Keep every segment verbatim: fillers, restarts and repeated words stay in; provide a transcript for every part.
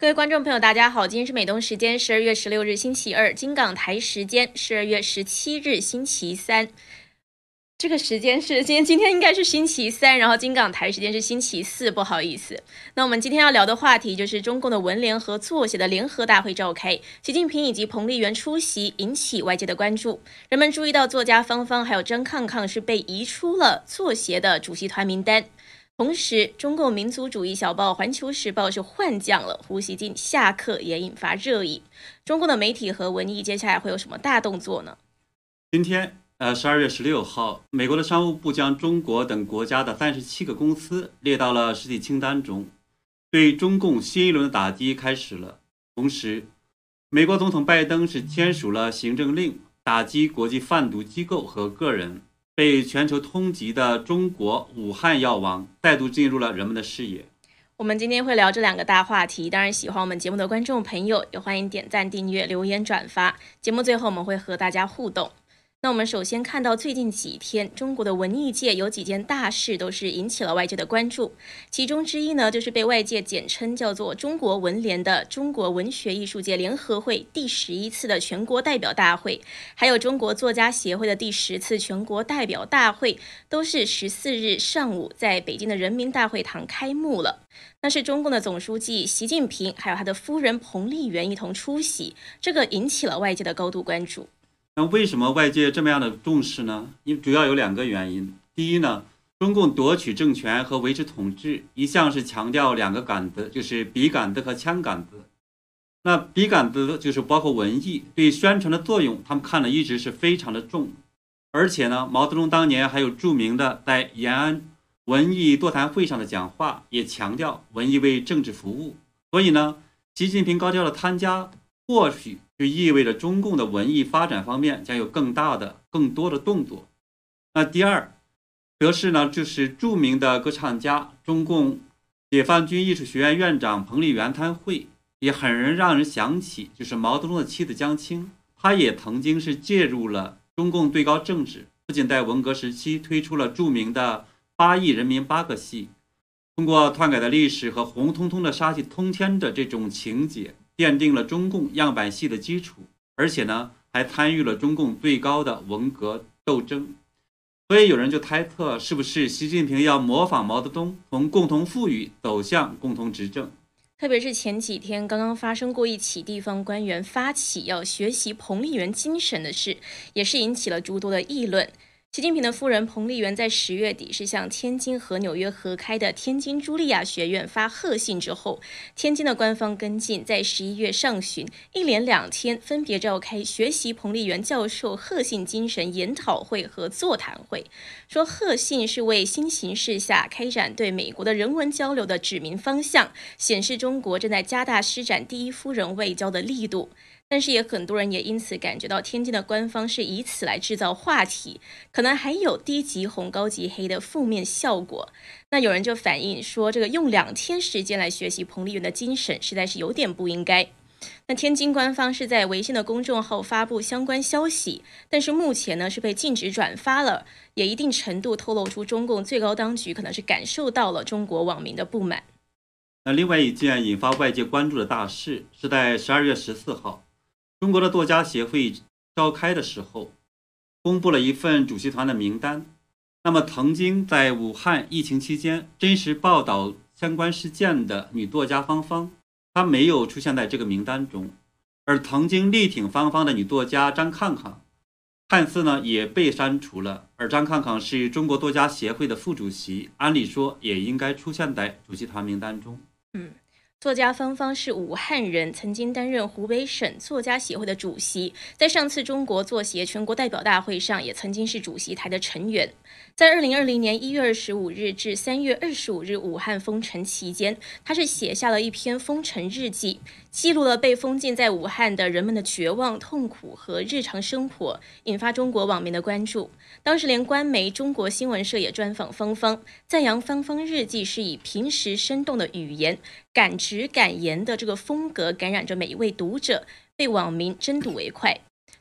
各位观众朋友，大家好，今天是美东时间十二月十六日星期二，金港台时间十二月十七日星期三。这个时间是今天，今天应该是星期三，然后金港台时间是星期四，不好意思。那我们今天要聊的话题就是中共的文联和作协的联合大会召开，习近平以及彭丽媛出席，引起外界的关注。人们注意到作家方方还有张抗抗是被移出了作协的主席团名单。同时，中共民族主义小报《环球时报》是换将了，胡锡进下课也引发热议。中共的媒体和文艺接下来会有什么大动作呢？ 今天，呃，十二月十六号，美国的商务部将中国等国家的三十七个公司列到了实体清单中，对中共新一轮的打击开始了。同时，美国总统拜登是签署了行政令，打击国际贩毒机构和个人。被全球通缉的中国武汉药王再度进入了人们的视野。 我们今天会聊这两个大话题，当然喜欢我们节目的观众朋友也欢迎点赞、订阅、留言、转发。节目最后我们会和大家互动。那我们首先看到最近几天，中国的文艺界有几件大事都是引起了外界的关注。其中之一呢，就是被外界简称叫做中国文联的中国文学艺术界联合会第十一次的全国代表大会，还有中国作家协会的第十次全国代表大会，都是十四日上午在北京的人民大会堂开幕了。那是中共的总书记习近平还有他的夫人彭丽媛一同出席，这个引起了外界的高度关注。 那为什么外界这么样的重视呢？因主要有两个原因。第一呢，中共夺取政权和维持统治一向是强调两个杆子，就是笔杆子和枪杆子。那笔杆子就是包括文艺，对宣传的作用他们看的一直是非常的重。而且呢，毛泽东当年还有著名的在延安文艺座谈会上的讲话，也强调文艺为政治服务。所以呢，习近平高调的参加，或许就意味着中共的文艺发展方面将有更大的、更多的动作。那第二，则是呢，就是著名的歌唱家、中共解放军艺术学院院长彭丽媛参会，也很让人想起就是毛泽东的妻子江青，她也曾经是介入了中共最高政治，不仅在文革时期推出了著名的八亿人民八个系，通过篡改的历史和红彤彤的杀气通天的这种情节，奠定了中共样板戏的基础，而且呢，还参与了中共最高的文革斗争。所以有人就猜测，是不是习近平要模仿毛泽东，从共同富裕走向共同执政？ 特别是前几天刚刚发生过一起地方官员发起要学习彭丽媛精神的事，也是引起了诸多的议论。习近平的夫人彭丽媛在十月底是向天津和纽约合开的天津茱莉亚学院发贺信之后，天津的官方跟进，在十一月上旬一连两天分别召开学习彭丽媛教授贺信精神研讨会和座谈会，说贺信是为新形势下开展对美国的人文交流的指明方向，显示中国正在加大施展第一夫人外交的力度。但是也很多人也因此感觉到天津的官方是以此来制造话题，可能还有低级红高级黑的负面效果。那有人就反映说，这个用两天时间来学习彭丽媛的精神实在是有点不应该。那天津官方是在微信的公众号发布相关消息，但是目前呢是被禁止转发了，也一定程度透露出中共最高当局可能是感受到了中国网民的不满。 那另外一件引发外界关注的大事是在十二月十四号。中国的作家协会召开的时候，公布了一份主席团的名单。那么，曾经在武汉疫情期间真实报道相关事件的女作家芳芳，她没有出现在这个名单中。而曾经力挺芳芳的女作家张抗抗，看似呢也被删除了。而张抗抗是中国作家协会的副主席，按理说也应该出现在主席团名单中。 嗯。作家芳芳是武汉人，曾经担任湖北省作家协会的主席，在上次中国作协全国代表大会上也曾经是主席台的成员。在二零二零年一月二十五日至三月二十五日武汉封城期间，他是写下了一篇封城日记，记录了被封禁在武汉的人们的绝望、痛苦和日常生活，引发中国网民的关注。当时连官媒中国新闻社也专访芳芳，赞扬芳芳日记是以平实生动的语言、敢直敢言的这个风格感染着每一位读者，被网民争睹为快。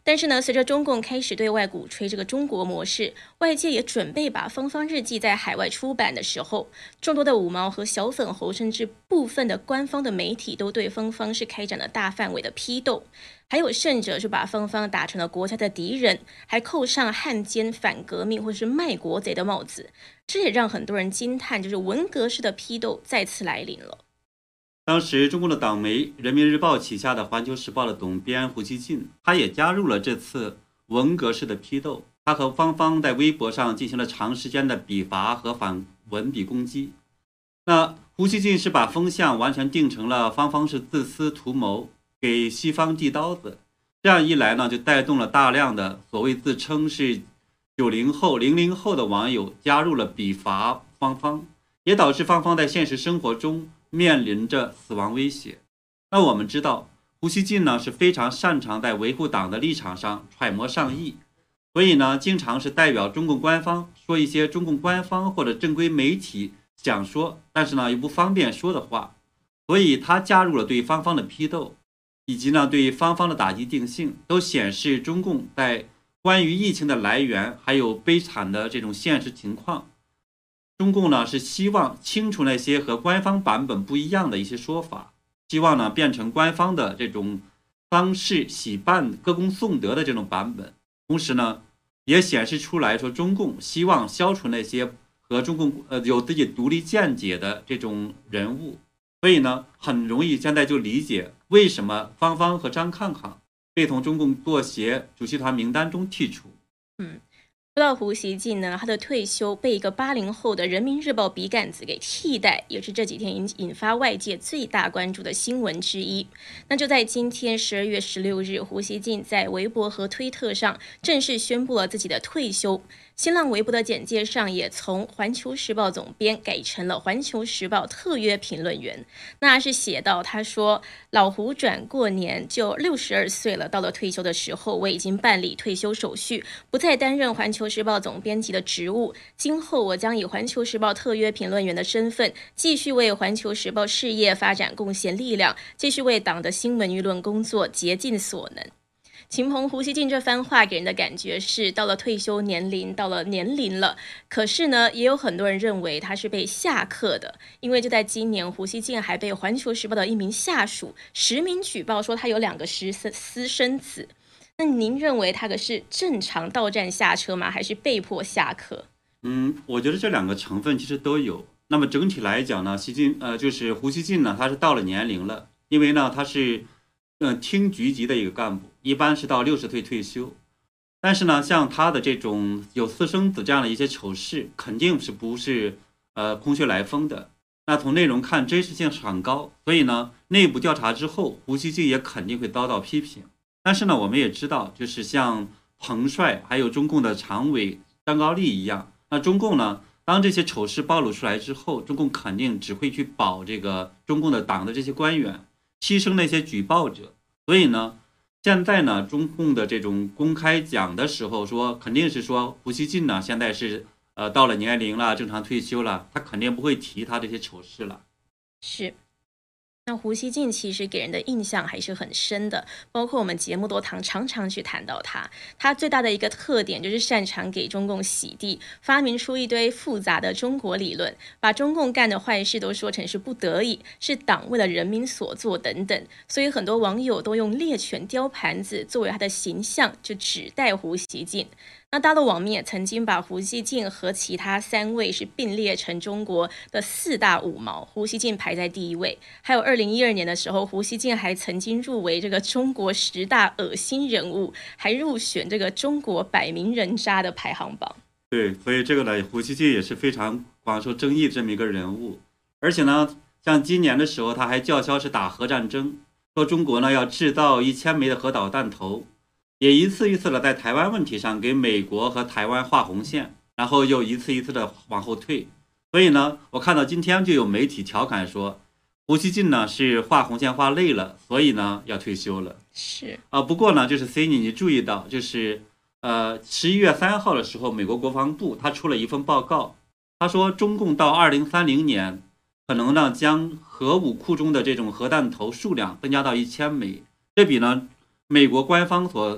但是呢，随着中共开始对外鼓吹这个中国模式，外界也准备把芳芳日记在海外出版的时候，众多的五毛和小粉红，甚至部分的官方的媒体都对芳芳是开展了大范围的批斗，还有甚者是把芳芳打成了国家的敌人，还扣上汉奸、反革命或者是卖国贼的帽子。这也让很多人惊叹，就是文革式的批斗再次来临了。 当时中共的党媒《人民日报》旗下的《环球时报》的董编胡锡进，他也加入了这次文革式的批斗。他和芳芳在微博上进行了长时间的笔伐和反文笔攻击。那胡锡进是把风向完全定成了芳芳是自私图谋，给西方递刀子。这样一来呢，就带动了大量的所谓自称是九零后、零零后的网友加入了笔伐芳芳，也导致芳芳在现实生活中面临着死亡威胁。那我们知道，胡锡进呢是非常擅长在维护党的立场上揣摩上意，所以呢，经常是代表中共官方说一些中共官方或者正规媒体想说，但是呢又不方便说的话。所以他加入了对芳芳的批斗，以及呢对芳芳的打击定性，都显示中共在关于疫情的来源还有悲惨的这种现实情况。中共呢是希望清除那些和官方版本不一样的一些说法，希望呢变成官方的这种丧事喜办歌功颂德的这种版本。同时呢也显示出来说，中共希望消除那些和中共呃有自己独立见解的这种人物。所以呢很容易现在就理解为什么芳芳和张抗抗被从中共作协主席团名单中剔除。 嗯。说到胡锡进呢，他的退休被一个八零后的人民日报笔杆子给替代，也是这几天引引发外界最大关注的新闻之一。那就在今天十二月十六日，胡锡进在微博和推特上正式宣布了自己的退休。新浪微博的简介上也从环球时报总编改成了环球时报特约评论员。那是写到，他说老胡转过年就六十二岁了，到了退休的时候，我已经办理退休手续，不再担任环球时报总编辑的职务，今后我将以环球时报特约评论员的身份，继续为环球时报事业发展贡献力量，继续为党的新闻舆论工作竭尽所能。秦鹏、胡锡进这番话给人的感觉是，到了退休年龄，到了年龄了。可是呢，也有很多人认为他是被下课的，因为就在今年，胡锡进还被《环球时报》的一名下属实名举报说他有两个私私生子。那您认为他可是正常到站下车吗？还是被迫下课？ 嗯，我觉得这两个成分其实都有。那么整体来讲呢，锡进呃就是胡锡进呢，他是到了年龄了，因为呢他是嗯厅局级的一个干部，一般是到六十岁退休。但是呢，像他的这种有私生子这样的一些丑事，肯定是不是呃空穴来风的。那从内容看，真实性是很高，所以呢，内部调查之后，胡锡进也肯定会遭到批评。但是呢，我们也知道，就是像彭帅还有中共的常委张高丽一样，那中共呢，当这些丑事暴露出来之后，中共肯定只会去保这个中共的党的这些官员，牺牲那些举报者。所以呢，现在呢，中共的这种公开讲的时候说，肯定是说胡锡进呢现在是呃到了年龄了，正常退休了，他肯定不会提他这些丑事了。 是。那胡锡进其实给人的印象还是很深的，包括我们节目都常常常去谈到他。他最大的一个特点就是擅长给中共洗地，发明出一堆复杂的中国理论，把中共干的坏事都说成是不得已，是党为了人民所做等等。所以很多网友都用猎犬叼盘子作为他的形象，就指代胡锡进。那大陆网民也曾经把胡锡进和其他三位是并列成中国的四大五毛，胡锡进排在第一位。还有二零一二年的时候，胡锡进还曾经入围这个中国十大恶心人物，还入选这个中国百名人渣的排行榜。 对，所以这个呢，胡锡进也是非常广受争议这么一个人物。而且呢，像今年的时候，他还叫嚣是打核战争，说中国呢要制造一千枚的核导弹头。也一次一次的在台湾问题上给美国和台湾画红线，然后又一次一次的往后退。所以呢，我看到今天就有媒体调侃说，胡锡进呢是画红线画累了，所以呢要退休了。 是啊，不过呢，就是 Cindy 你注意到，就是呃十一月三号的时候，美国国防部他出了一份报告，他说中共到二零三零年可能呢将核武库中的这种核弹头数量增加到一千枚，这比呢美国官方所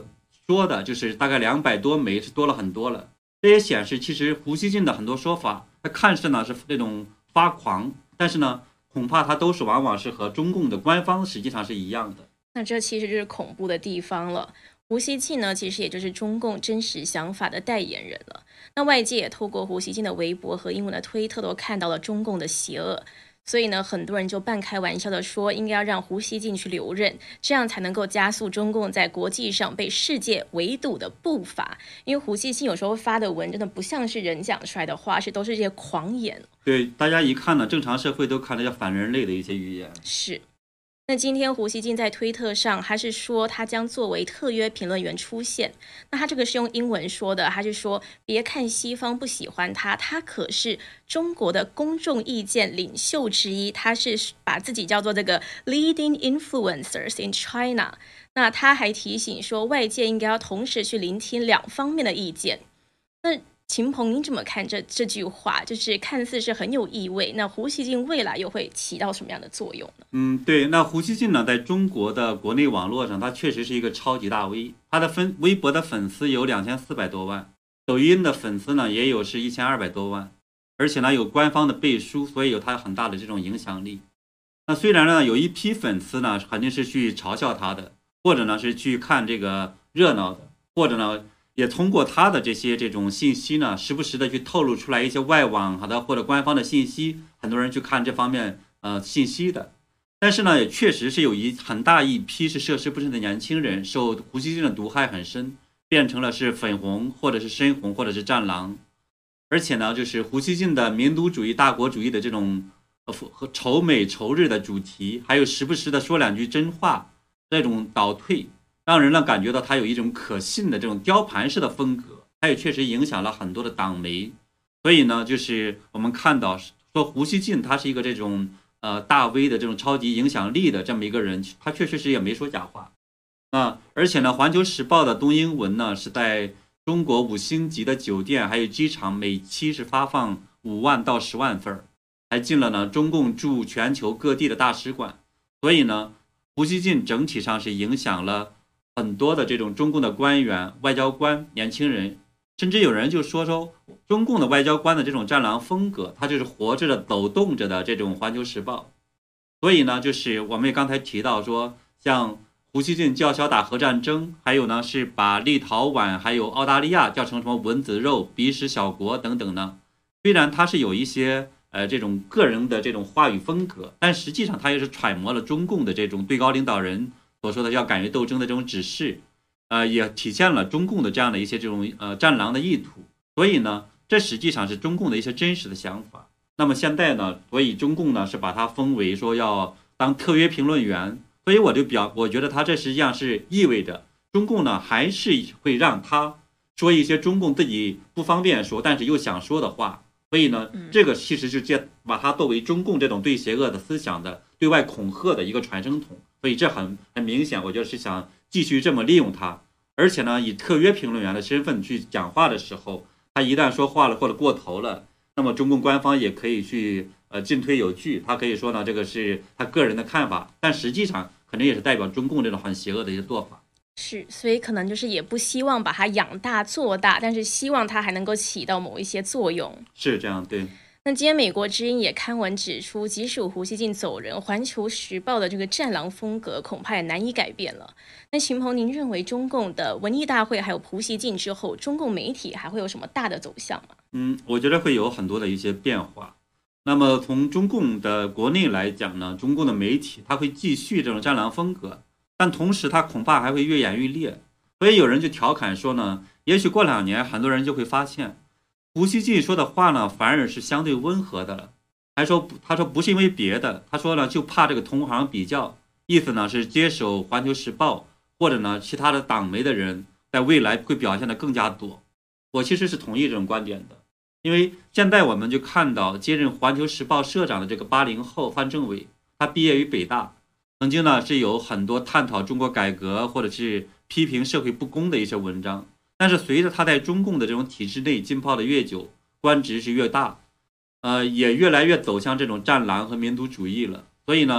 说的就是大概两百多枚，是多了很多了。这也显示其实胡锡进的很多说法，他看似呢是那种发狂，但是呢恐怕他都是往往是和中共的官方实际上是一样的。 那这其实就是恐怖的地方了。胡锡进呢，其实也就是中共真实想法的代言人了。那外界也透过胡锡进的微博和英文的推特都看到了中共的邪恶，所以呢，很多人就半开玩笑的说，应该要让胡锡进去留任，这样才能够加速中共在国际上被世界围堵的步伐。因为胡锡进有时候发的文真的不像是人讲出来的话，是都是这些狂言。 对，大家一看呢，正常社会都看着叫反人类的一些语言。 是。那今天胡锡进在推特上，他是说他将作为特约评论员出现。那他这个是用英文说的，他是说别看西方不喜欢他，他可是中国的公众意见领袖之一，他是把自己叫做这个 leading influencers in China。那他还提醒说，外界应该要同时去聆听两方面的意见。那秦鹏，您怎么看这这句话？就是看似是很有意味，那胡锡进未来又会起到什么样的作用呢？ 嗯，对，那胡锡进呢，在中国的国内网络上，他确实是一个超级大 V， 他的分微博的粉丝有两千四百多万，抖音的粉丝呢也有是一千二百多万，而且呢有官方的背书，所以有他很大的这种影响力。那虽然呢有一批粉丝呢肯定是去嘲笑他的，或者呢是去看这个热闹的，或者呢也通过他的这些这种信息呢，时不时的去透露出来一些外网的或者官方的信息，很多人去看这方面呃信息的。但是呢，也确实是有一很大一批是涉世不深的年轻人，受胡锡进的毒害很深，变成了是粉红或者是深红或者是战狼。而且呢，就是胡锡进的民族主义、大国主义的这种呃和仇美仇日的主题，还有时不时的说两句真话，这种倒退。让人呢感觉到他有一种可信的这种雕盘式的风格，他也确实影响了很多的党媒。所以呢，就是我们看到说胡锡进他是一个这种呃大 V 的这种超级影响力的这么一个人，他确实是也没说假话啊。而且呢，《环球时报》的东英文呢是在中国五星级的酒店还有机场每期是发放五万到十万份，还进了呢中共驻全球各地的大使馆。所以呢，胡锡进整体上是影响了很多的这种中共的官员、外交官、年轻人，甚至有人就说说中共的外交官的这种战狼风格，他就是活着的、抖动着的这种《环球时报》。所以呢，就是我们也刚才提到说，像胡锡进叫嚣打核战争，还有呢是把立陶宛还有澳大利亚叫成什么蚊子肉、鼻屎小国等等呢。虽然他是有一些呃这种个人的这种话语风格，但实际上他也是揣摩了中共的这种最高领导人所说的要敢于斗争的这种指示，呃，也体现了中共的这样的一些这种呃战狼的意图。所以呢，这实际上是中共的一些真实的想法。那么现在呢，所以中共呢是把他封为说要当特约评论员，所以我就表，我觉得他这实际上是意味着中共呢还是会让他说一些中共自己不方便说，但是又想说的话。所以呢，这个其实就把它作为中共这种对邪恶的思想的对外恐吓的一个传声筒。所以这很很明显，我觉得是想继续这么利用它，而且呢，以特约评论员的身份去讲话的时候，他一旦说话了或者过头了，那么中共官方也可以去呃进退有据，他可以说呢这个是他个人的看法，但实际上可能也是代表中共这种很邪恶的一些做法。 是，所以可能就是也不希望把它养大做大，但是希望它还能够起到某一些作用。 是这样，对。 那今天美国之音也刊文指出，即使胡锡进走人，《环球时报》的这个战狼风格恐怕也难以改变了。那秦鹏，您认为中共的文艺大会还有胡锡进之后，中共媒体还会有什么大的走向吗？ 嗯，我觉得会有很多的一些变化。那么从中共的国内来讲呢，中共的媒体它会继续这种战狼风格，但同时它恐怕还会越演越烈。所以有人就调侃说呢，也许过两年很多人就会发现胡锡进说的话呢，反而是相对温和的了。还说他说不是因为别的，他说呢就怕这个同行比较，意思呢是接手《环球时报》或者呢其他的党媒的人，在未来会表现得更加多。我其实是同意这种观点的，因为现在我们就看到接任《环球时报》社长的这个八零后范政伟，他毕业于北大，曾经呢是有很多探讨中国改革或者是批评社会不公的一些文章。但是随着他在中共的这种体制内浸泡的越久，官职是越大，呃，也越来越走向这种战狼和民族主义了。所以呢，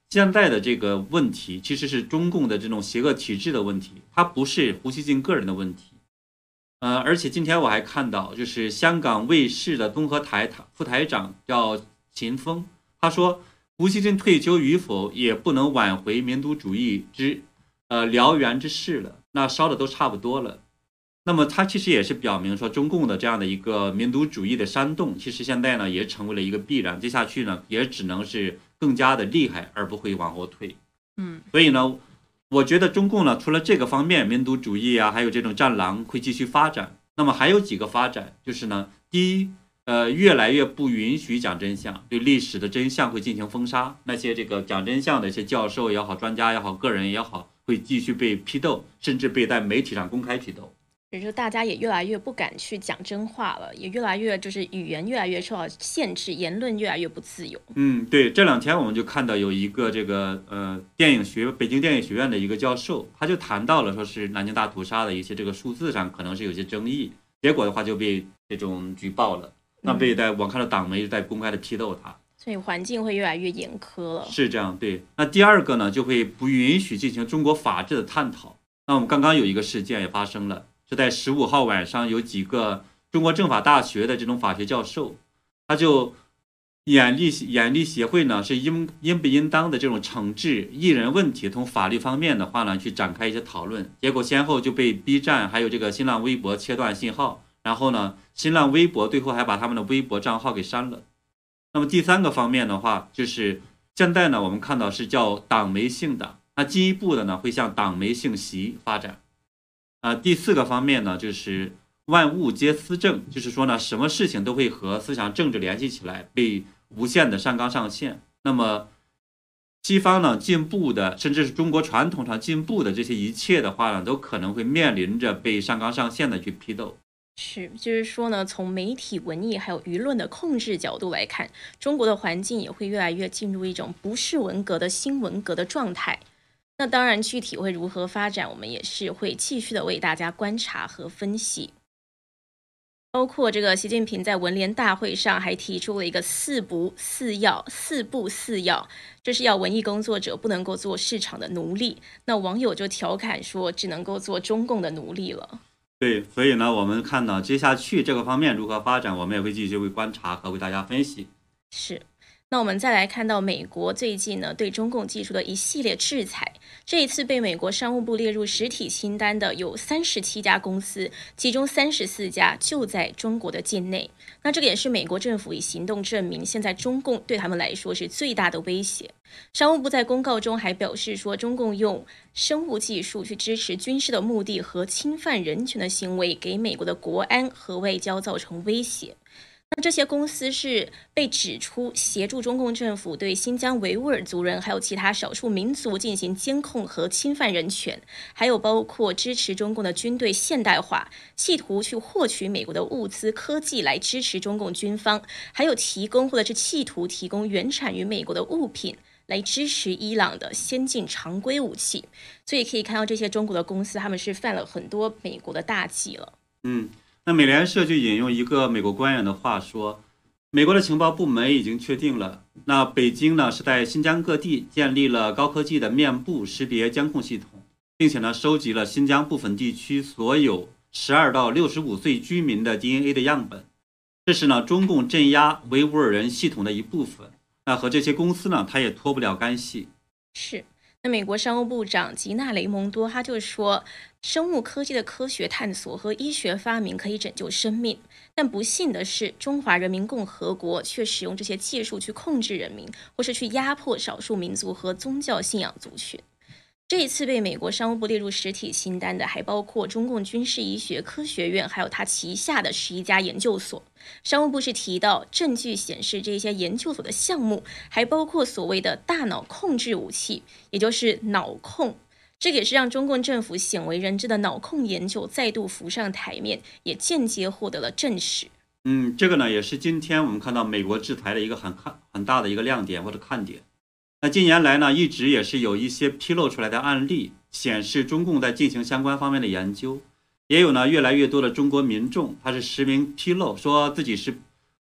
现在的这个问题其实是中共的这种邪恶体制的问题，它不是胡锡进个人的问题。呃，而且今天我还看到，就是香港卫视的综合台副台长叫秦峰，他说胡锡进退休与否也不能挽回民族主义之呃燎原之势了，那烧的都差不多了。那么它其实也是表明说，中共的这样的一个民族主义的煽动，其实现在呢也成为了一个必然，接下去呢也只能是更加的厉害，而不会往后退。 嗯， 所以呢，我觉得中共呢除了这个方面，民族主义啊，还有这种战狼会继续发展。那么还有几个发展，就是呢，第一，呃，越来越不允许讲真相，对历史的真相会进行封杀，那些这个讲真相的一些教授也好，专家也好，个人也好，会继续被批斗，甚至被在媒体上公开批斗。 也就大家也越来越不敢去讲真话了，也越来越就是语言越来越受到限制，言论越来越不自由。 嗯，对，这两天我们就看到有一个这个呃电影学北京电影学院的一个教授，他就谈到了说是南京大屠杀的一些这个数字上可能是有些争议，结果的话就被这种举报了，那被在我看到党媒在公开的批斗他。 所以环境会越来越严苛了。 是这样，对。那第二个呢，就会不允许进行中国法治的探讨。那我们刚刚有一个事件也发生了，是在十五号晚上，有几个中国政法大学的这种法学教授，他就眼力眼力协会呢是应应不应当的这种惩治艺人问题，从法律方面的话呢去展开一些讨论，结果先后就被 B 站还有这个新浪微博切断信号，然后呢新浪微博最后还把他们的微博账号给删了。那么第三个方面的话，就是现在呢我们看到是叫党媒姓党，那进一步的呢会向党媒姓习发展。啊、呃，第四个方面呢就是万物皆思政，就是说呢什么事情都会和思想政治联系起来，被无限的上纲上线。那么西方呢进步的，甚至是中国传统上进步的这些一切的话呢，都可能会面临着被上纲上线的去批斗。 是，就是说呢，从媒体、文艺还有舆论的控制角度来看，中国的环境也会越来越进入一种不是文革的新文革的状态。那当然，具体会如何发展，我们也是会继续的为大家观察和分析。包括这个习近平在文联大会上还提出了一个四不四要，四不四要，就是要文艺工作者不能够做市场的奴隶。那网友就调侃说，只能够做中共的奴隶了。 对，所以呢，我们看到接下去这个方面如何发展，我们也会继续为观察和为大家分析。 是。那我们再来看到美国最近呢对中共技术的一系列制裁，这一次被美国商务部列入实体清单的有三十七家公司，其中三十四家就在中国的境内。那这个也是美国政府以行动证明，现在中共对他们来说是最大的威胁。商务部在公告中还表示说，中共用生物技术去支持军事的目的和侵犯人权的行为，给美国的国安和外交造成威胁。那这些公司是被指出协助中共政府对新疆维吾尔族人还有其他少数民族进行监控和侵犯人权，还有包括支持中共的军队现代化，企图去获取美国的物资科技来支持中共军方，还有提供或者是企图提供原产于美国的物品来支持伊朗的先进常规武器。所以可以看到这些中国的公司他们是犯了很多美国的大忌了。 嗯。那美联社就引用一个美国官员的话说，美国的情报部门已经确定了，那北京呢是在新疆各地建立了高科技的面部识别监控系统，并且呢收集了新疆部分地区所有十二到六十五岁居民的 D N A 的样本，这是呢中共镇压维吾尔人系统的一部分。那和这些公司呢，他也脱不了干系。 是。那美国商务部长吉娜·雷蒙多他就说，生物科技的科学探索和医学发明可以拯救生命，但不幸的是，中华人民共和国却使用这些技术去控制人民，或是去压迫少数民族和宗教信仰族群。这一次被美国商务部列入实体清单的还包括中共军事医学科学院，还有它旗下的十一家研究所。商务部是提到，证据显示这些研究所的项目还包括所谓的大脑控制武器，也就是脑控。这也是让中共政府鲜为人知的脑控研究再度浮上台面，也间接获得了证实。 嗯，这个呢也是今天我们看到美国制裁的一个很看很大的一个亮点或者看点。那近年来呢，一直也是有一些披露出来的案例，显示中共在进行相关方面的研究，也有呢越来越多的中国民众他是实名披露，说自己是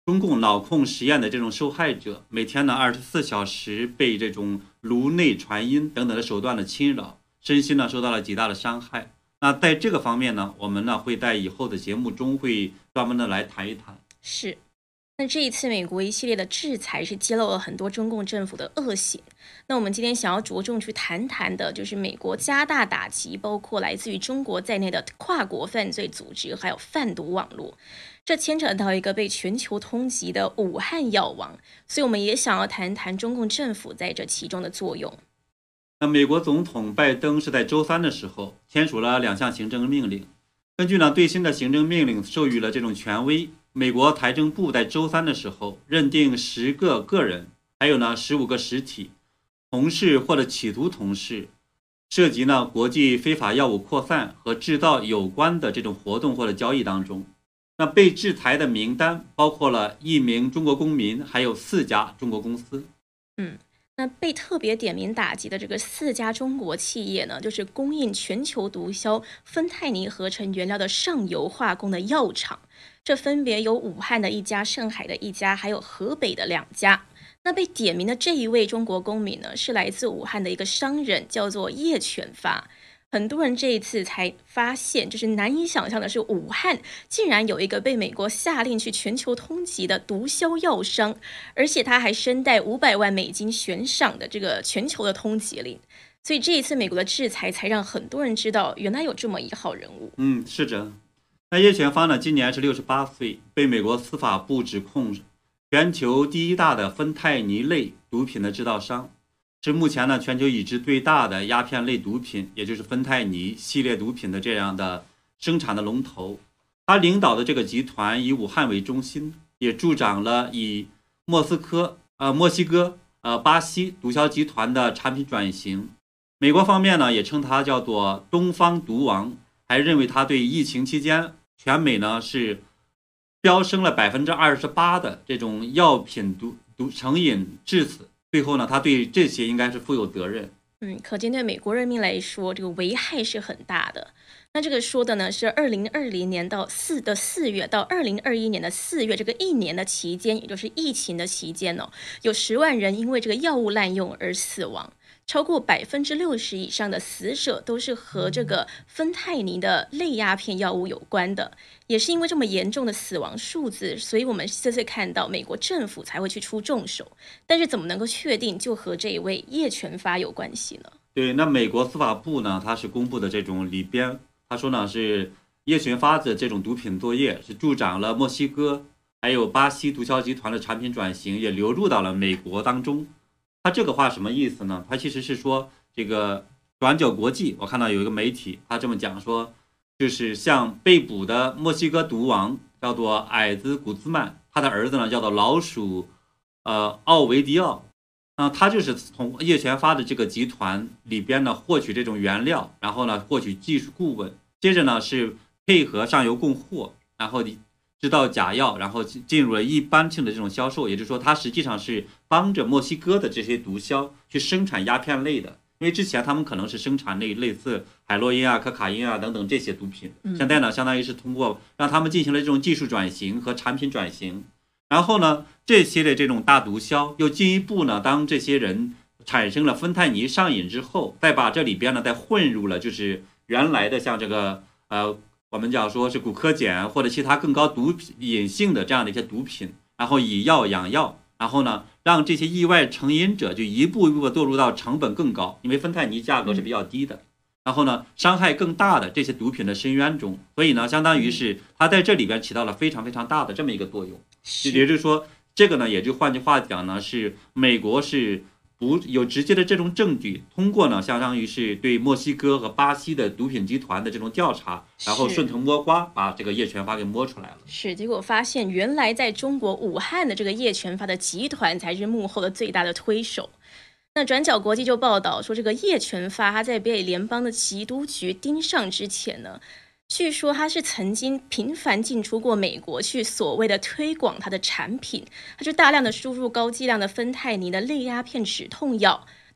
中共脑控实验的这种受害者，每天呢二十四小时被这种颅内传音等等的手段的侵扰，身心呢受到了极大的伤害。那在这个方面呢，我们呢会在以后的节目中会专门的来谈一谈。 是。那这一次美国一系列的制裁是揭露了很多中共政府的恶行。那我们今天想要着重去谈谈的，就是美国加大打击包括来自于中国在内的跨国犯罪组织，还有贩毒网络。这牵扯到一个被全球通缉的武汉药王，所以我们也想要谈谈中共政府在这其中的作用。 那美国总统拜登是在周三的时候签署了两项行政命令。根据呢最新的行政命令授予了这种权威，美国财政部在周三的时候认定十个个人，还有呢十五个实体同事或者企图同事涉及呢国际非法药物扩散和制造有关的这种活动或者交易当中。那被制裁的名单包括了一名中国公民，还有四家中国公司。 嗯。那被特别点名打击的这个四家中国企业呢，就是供应全球毒枭芬太尼合成原料的上游化工的药厂，这分别有武汉的一家、上海的一家，还有河北的两家。那被点名的这一位中国公民呢，是来自武汉的一个商人，叫做叶全发。很多人这一次才发现，就是难以想象的是，武汉竟然有一个被美国下令去全球通缉的毒枭药商，而且他还身带五百万美金悬赏的这个全球的通缉令。所以这一次美国的制裁才让很多人知道，原来有这么一号人物。 嗯，是的。那叶全发呢，今年是六十八岁，被美国司法部指控全球第一大的芬太尼类毒品的制造商。是目前呢全球已知最大的鸦片类毒品，也就是芬太尼系列毒品的这样的生产的龙头。他领导的这个集团以武汉为中心，也助长了以莫斯科、呃墨西哥、呃巴西毒枭集团的产品转型。美国方面呢也称他叫做东方毒王，还认为他对疫情期间全美呢是飙升了百分之二十八的这种药品毒毒成瘾致死。最后呢，他对这些应该是负有责任。 嗯，可见对美国人民来说，这个危害是很大的。那这个说的呢是二零二零年到四的四月到二零二一年的四月这个一年的期间，也就是疫情的期间哦，有十万人因为这个药物滥用而死亡。超过百分之六十以上的死者都是和这个芬太尼的类鸦片药物有关的，也是因为这么严重的死亡数字，所以我们这次看到美国政府才会去出重手。但是怎么能够确定就和这一位叶全发有关系呢？ 对，那美国司法部呢，它是公布的这种里边，他说呢是叶全发的这种毒品作业是助长了墨西哥还有巴西毒枭集团的产品转型，也流入到了美国当中。他这个话什么意思呢？他其实是说，这个转角国际，我看到有一个媒体，他这么讲说，就是像被捕的墨西哥毒王叫做矮子古兹曼，他的儿子呢叫做老鼠，呃奥维迪奥，那他就是从叶全发的这个集团里边呢获取这种原料，然后呢获取技术顾问，接着呢是配合上游供货，然后制造假药，然后进入了一般性的这种销售。也就是说，他实际上是帮着墨西哥的这些毒枭去生产鸦片类的，因为之前他们可能是生产类类似海洛因啊、可卡因啊等等这些毒品，现在呢相当于是通过让他们进行了这种技术转型和产品转型。然后呢，这些的这种大毒枭又进一步呢，当这些人产生了芬太尼上瘾之后，再把这里边呢再混入了就是原来的像这个呃。我们讲说是古柯碱或者其他更高毒瘾性的这样的一些毒品，然后以药养药，然后呢让这些意外成瘾者就一步一步堕入到成本更高，因为芬太尼价格是比较低的，然后呢伤害更大的这些毒品的深渊中。所以呢相当于是它在这里边起到了非常非常大的这么一个作用。也就是说这个呢也就换句话讲呢，是美国是不有直接的这种证据，通过呢相当于是对墨西哥和巴西的毒品集团的这种调查，然后顺藤摸瓜把这个叶全发给摸出来了。 是，结果发现原来在中国武汉的这个叶全发的集团才是幕后的最大的推手。那转角国际就报道说，这个叶全发他在被联邦的缉毒局盯上之前呢，据说他是曾经频繁进出过美国，去所谓的推广他的产品，他就大量的输入高剂量的芬太尼的类鸦片止痛药。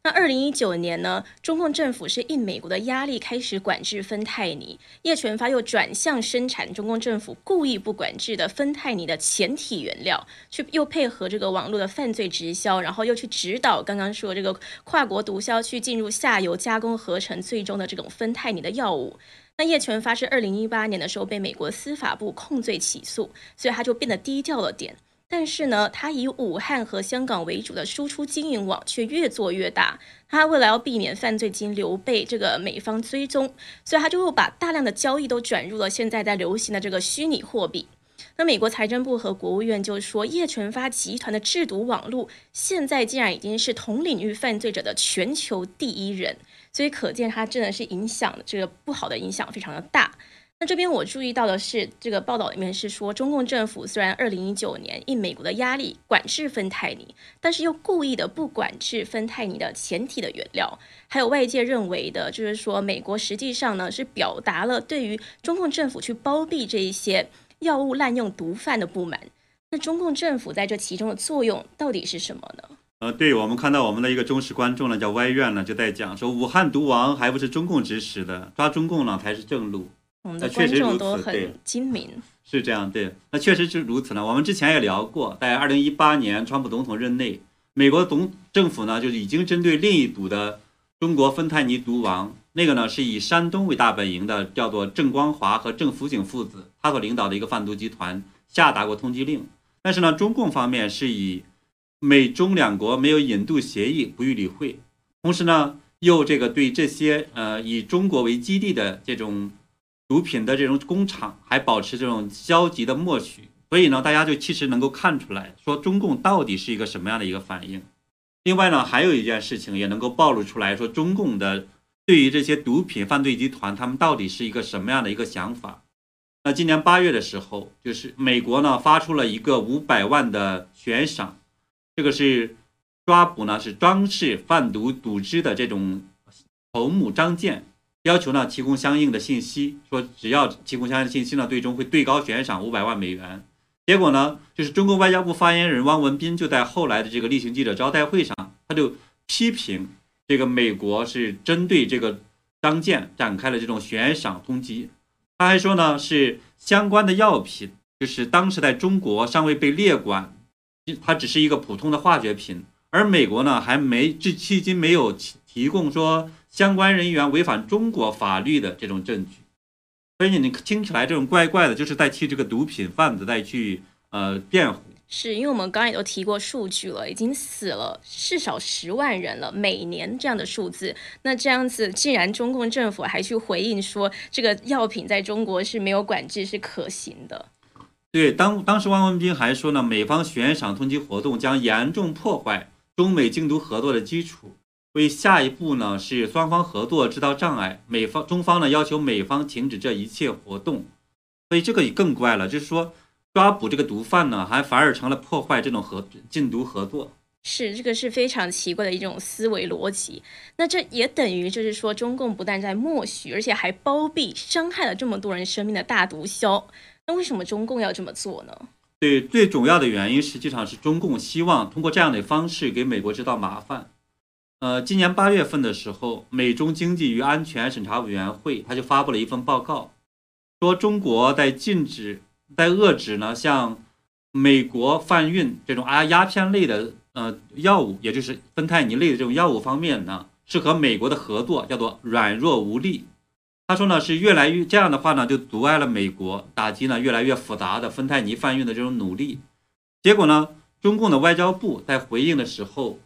那二零一九年呢，中共政府是应美国的压力开始管制芬太尼，叶全发又转向生产中共政府故意不管制的芬太尼的前体原料，去又配合这个网络的犯罪直销，然后又去指导刚刚说这个跨国毒枭去进入下游加工合成最终的这种芬太尼的药物。那叶全发是二零一八年的时候被美国司法部控罪起诉，所以他就变得低调了点。但是呢，他以武汉和香港为主的输出经营网却越做越大。他为了要避免犯罪金流被这个美方追踪，所以他就又把大量的交易都转入了现在在流行的这个虚拟货币。那美国财政部和国务院就说，叶全发集团的制毒网络现在竟然已经是同领域犯罪者的全球第一人，所以可见他真的是影响这个不好的影响非常的大。那这边我注意到的是，这个报道里面是说，中共政府虽然二零一九年应美国的压力管制芬太尼，但是又故意的不管制芬太尼的前体的原料。还有外界认为的，就是说美国实际上呢是表达了对于中共政府去包庇这一些药物滥用毒贩的不满。那中共政府在这其中的作用到底是什么呢？ 呃，对，我们看到我们的一个忠实观众呢，叫歪院呢，就在讲说，武汉毒王还不是中共指使的，抓中共呢才是正路。 我们的观众都很精明， 是这样，对，那确实是如此呢。我们之前也聊过，在二零一八年川普总统任内，美国总政府呢就已经针对另一组的中国芬太尼毒王，那个呢是以山东为大本营的，叫做郑光华和郑福景父子，他所领导的一个贩毒集团下达过通缉令。但是呢，中共方面是以美中两国没有引渡协议不予理会，同时呢又这个对这些呃以中国为基地的这种毒品的这种工厂还保持这种消极的默许，所以呢，大家就其实能够看出来，说中共到底是一个什么样的一个反应。另外呢，还有一件事情也能够暴露出来，说中共的对于这些毒品犯罪集团，他们到底是一个什么样的一个想法。那今年八月的时候，就是美国呢发出了一个五百万的悬赏，这个是抓捕呢是装饰贩毒组织的这种头目张建。要求呢提供相应的信息，说只要提供相应的信息呢，最终会对高悬赏五百万美元。结果呢，就是中国外交部发言人汪文斌就在后来的这个例行记者招待会上，他就批评这个美国是针对这个张建展开了这种悬赏通缉。他还说呢，是相关的药品，就是当时在中国尚未被列管，它只是一个普通的化学品，而美国呢还没至迄今没有提供说相关人员违反中国法律的这种证据。所以你听起来这种怪怪的，就是在替这个毒品贩子再去呃辩护。 是因为我们刚才也都提过数据了，已经死了至少十万人了，每年这样的数字。那这样子，既然中共政府还去回应说这个药品在中国是没有管制，是可行的。 对，当当时汪文斌还说呢，美方悬赏通缉活动将严重破坏中美禁毒合作的基础，为下一步呢是双方合作制造障碍。美方中方呢要求美方停止这一切活动，所以这个也更怪了，就是说抓捕这个毒贩呢，还反而成了破坏这种合禁毒合作。 是，这个是非常奇怪的一种思维逻辑。那这也等于就是说，中共不但在默许，而且还包庇伤害了这么多人生命的大毒枭。那为什么中共要这么做呢？ 对，最主要的原因实际上是中共希望通过这样的方式给美国制造麻烦。呃，今年八月份的时候，美中经济与安全审查委员会他就发布了一份报告，说中国在禁止、在遏制呢，像美国贩运这种啊鸦片类的呃药物，也就是芬太尼类的这种药物方面呢，是和美国的合作叫做软弱无力。他说呢，是越来越这样的话呢，就阻碍了美国打击呢越来越复杂的芬太尼贩运的这种努力。结果呢，中共的外交部在回应的时候，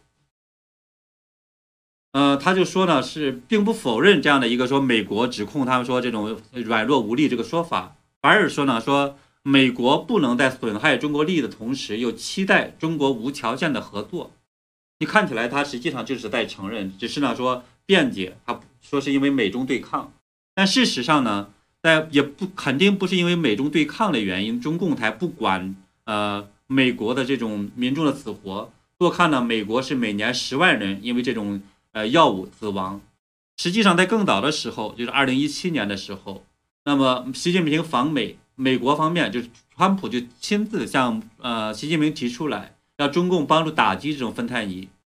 呃，他就说呢，是并不否认这样的一个说美国指控他们说这种软弱无力这个说法，反而说呢，说美国不能在损害中国利益的同时，又期待中国无条件的合作。你看起来他实际上就是在承认，只是呢说辩解，他说是因为美中对抗。但事实上呢，在也不肯定不是因为美中对抗的原因，中共才不管呃美国的这种民众的死活。多看呢，美国是每年十万人因为这种呃药物死亡。实际上在更早的时候，就是二零一七年的时候，那么习近平访美，美国方面就是川普就亲自向呃习近平提出来，让中共帮助打击这种芬太尼。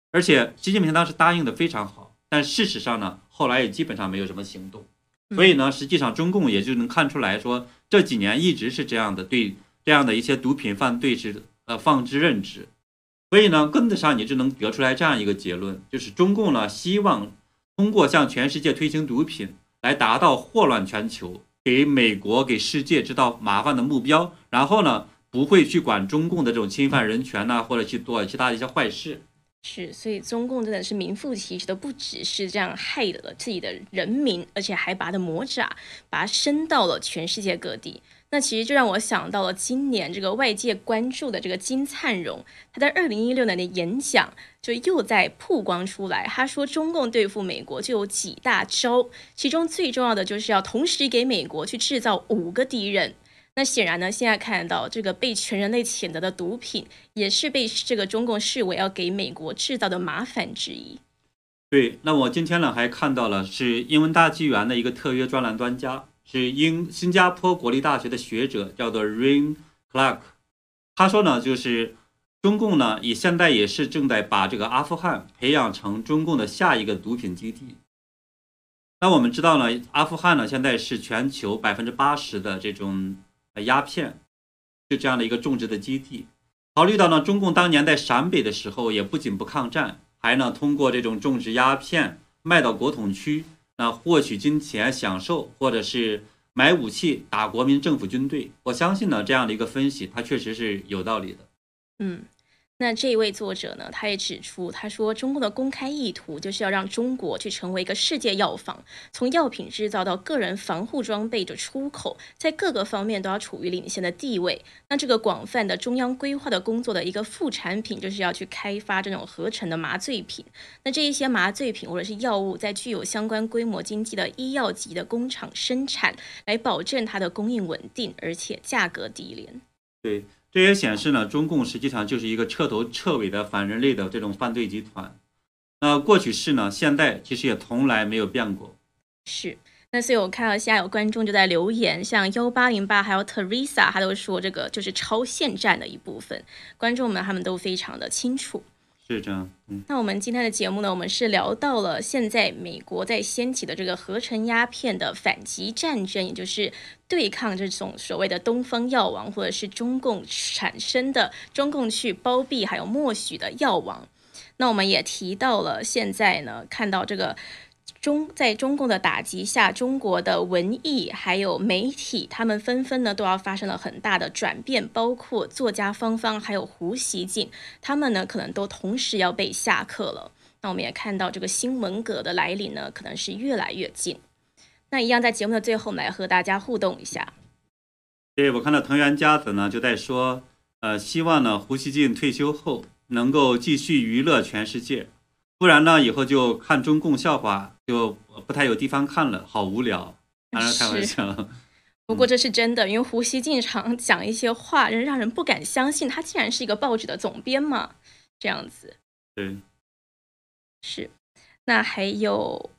而且习近平当时答应的非常好，但事实上呢，后来也基本上没有什么行动。所以呢，实际上中共也就能看出来说，这几年一直是这样的，对这样的一些毒品犯罪是呃放之任之。所以呢，根子上你就能得出来这样一个结论，就是中共呢希望通过向全世界推行毒品来达到祸乱全球，给美国给世界制造麻烦的目标，然后呢不会去管中共的这种侵犯人权呐、啊，或者去做其他的一些坏事。 是，所以中共真的是名副其实的，不只是这样害了自己的人民，而且还把它的魔爪把它伸到了全世界各地。那其实就让我想到了今年这个外界关注的这个金灿荣，他在二零一六年的演讲就又在曝光出来。他说中共对付美国就有几大招，其中最重要的就是要同时给美国去制造五个敌人。那显然呢，现在看到这个被全人类谴责的毒品，也是被这个中共视为要给美国制造的麻烦之一。 对，那我今天呢还看到了是英文大纪元的一个特约专栏专家，是英新加坡国立大学的学者，叫做 Rain Clark。他说呢，就是中共呢也现在也是正在把这个阿富汗培养成中共的下一个毒品基地。那我们知道呢，阿富汗呢现在是全球百分之八十的这种鸦片，就这样的一个种植的基地。考虑到呢，中共当年在陕北的时候，也不仅不抗战，还呢通过这种种植鸦片卖到国统区，那获取金钱享受，或者是买武器打国民政府军队。我相信呢，这样的一个分析，它确实是有道理的。 嗯。那这一位作者呢，他也指出，他说中共的公开意图就是要让中国去成为一个世界药房，从药品制造到个人防护装备的出口，在各个方面都要处于领先的地位。那这个广泛的中央规划的工作的一个副产品，就是要去开发这种合成的麻醉品。那这一些麻醉品或者是药物，在具有相关规模经济的医药级的工厂生产，来保证它的供应稳定，而且价格低廉。 对。这也显示呢，中共实际上就是一个彻头彻尾的反人类的这种犯罪集团。那过去式呢，现在其实也从来没有变过。 是，那所以我看到现在有观众就在留言，像幺八零八还有 Teresa， 他都说这个就是超限战的一部分。观众们他们都非常的清楚。 是这样，嗯。 那我们今天的节目呢，我们是聊到了现在美国在掀起的这个合成鸦片的反击战争，也就是对抗这种所谓的东方药王，或者是中共产生的中共去包庇还有默许的药王。那我们也提到了现在呢，看到这个中在中共的打击下，中国的文艺还有媒体，他们纷纷呢都要发生了很大的转变，包括作家方方还有胡锡进，他们呢可能都同时要被下课了。那我们也看到这个新文革的来临呢，可能是越来越近。那一样在节目的最后，我们来和大家互动一下。 对，我看到藤原佳子呢就在说，呃，希望呢胡锡进退休后能够继续娱乐全世界。不然呢，以后就看中共笑话就不太有地方看了，好无聊。当然开玩笑。 不过这是真的，因为胡锡进常讲一些话，让人不敢相信，他竟然是一个报纸的总编嘛，这样子。 对， 是。那还有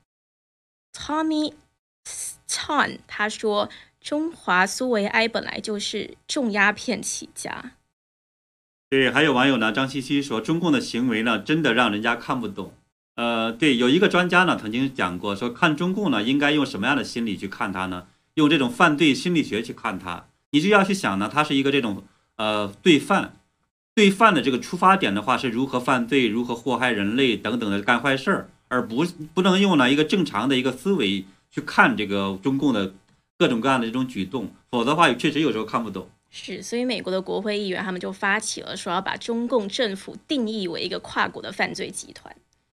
Tommy Chan， 他说中华苏维埃本来就是重鸦片起家。 对，还有网友呢，张西西说，中共的行为呢，真的让人家看不懂。呃，对，有一个专家呢曾经讲过，说看中共呢，应该用什么样的心理去看他呢？用这种犯罪心理学去看他，你就要去想呢，他是一个这种呃罪犯，罪犯的这个出发点的话是如何犯罪，如何祸害人类等等的干坏事儿，而不不能用呢一个正常的一个思维去看这个中共的各种各样的这种举动，否则的话确实有时候看不懂。 是，所以美国的国会议员他们就发起了说要把中共政府定义为一个跨国的犯罪集团。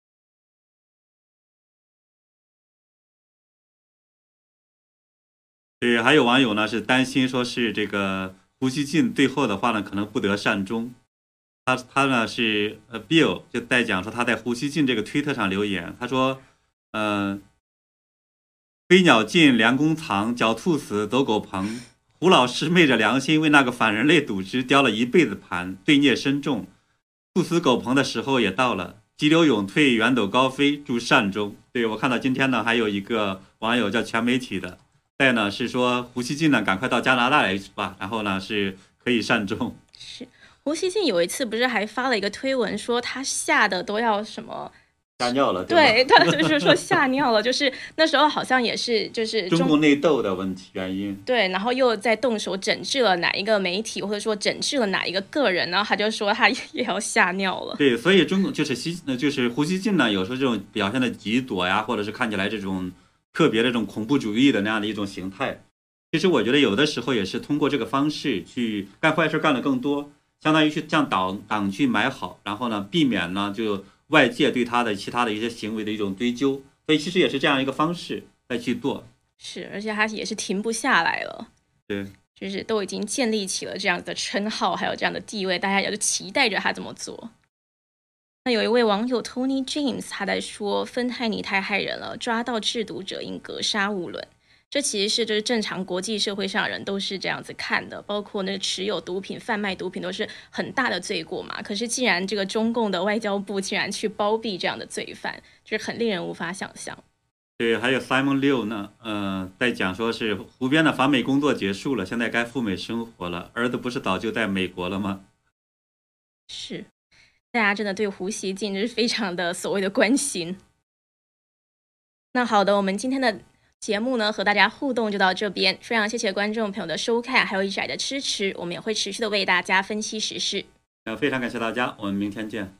对，还有网友呢是担心说是这个胡锡进最后的话呢可能不得善终。他他呢是呃 Bill 就在讲说他在胡锡进这个推特上留言，他说，嗯、呃，飞鸟尽，良弓藏，狡兔死，走狗烹。胡老师昧着良心为那个反人类组织雕了一辈子盘，罪孽深重，兔死狗烹的时候也到了，急流勇退，远走高飞，祝善终。对，我看到今天呢还有一个网友叫全媒体的，在呢是说胡锡进呢赶快到加拿大来吧，然后呢是可以善终。 是， 胡锡进有一次不是还发了一个推文说他吓得都要什么吓尿了， 对，他就是说吓尿了，就是那时候好像也是就是中共内斗的问题原因， 对，然后又在动手整治了哪一个媒体，或者说整治了哪一个个人，然后他就说他也要吓尿了。 对，所以中共就是西就是胡锡进呢，有时候这种表现的极左呀，或者是看起来这种特别的这种恐怖主义的那样的一种形态，其实我觉得有的时候也是通过这个方式去干坏事干得更多，相当于去向党党去买好，然后呢避免呢就外界对他的其他的一些行为的一种追究，所以其实也是这样一个方式来去做。 是，而且他也是停不下来了。 对， 就是都已经建立起了这样的称号，还有这样的地位，大家也就期待着他这么做。那有一位网友 Tony James 他在说，芬太尼太害人了，抓到制毒者应格杀勿论。这其实是就是正常国际社会上的人都是这样子看的，包括那个持有毒品、贩卖毒品都是很大的罪过嘛。可是既然这个中共的外交部竟然去包庇这样的罪犯，就是很令人无法想象。 对，还有 Simon Liu 呢，呃，在讲说是胡边的访美工作结束了，现在该赴美生活了，儿子不是早就在美国了吗？ 是，大家真的对胡锡进就是非常的所谓的关心。那好的，我们今天的节目呢和大家互动就到这边，非常谢谢观众朋友的收看，还有一直以来的支持，我们也会持续的为大家分析时事。 呃，非常感谢大家，我们明天见。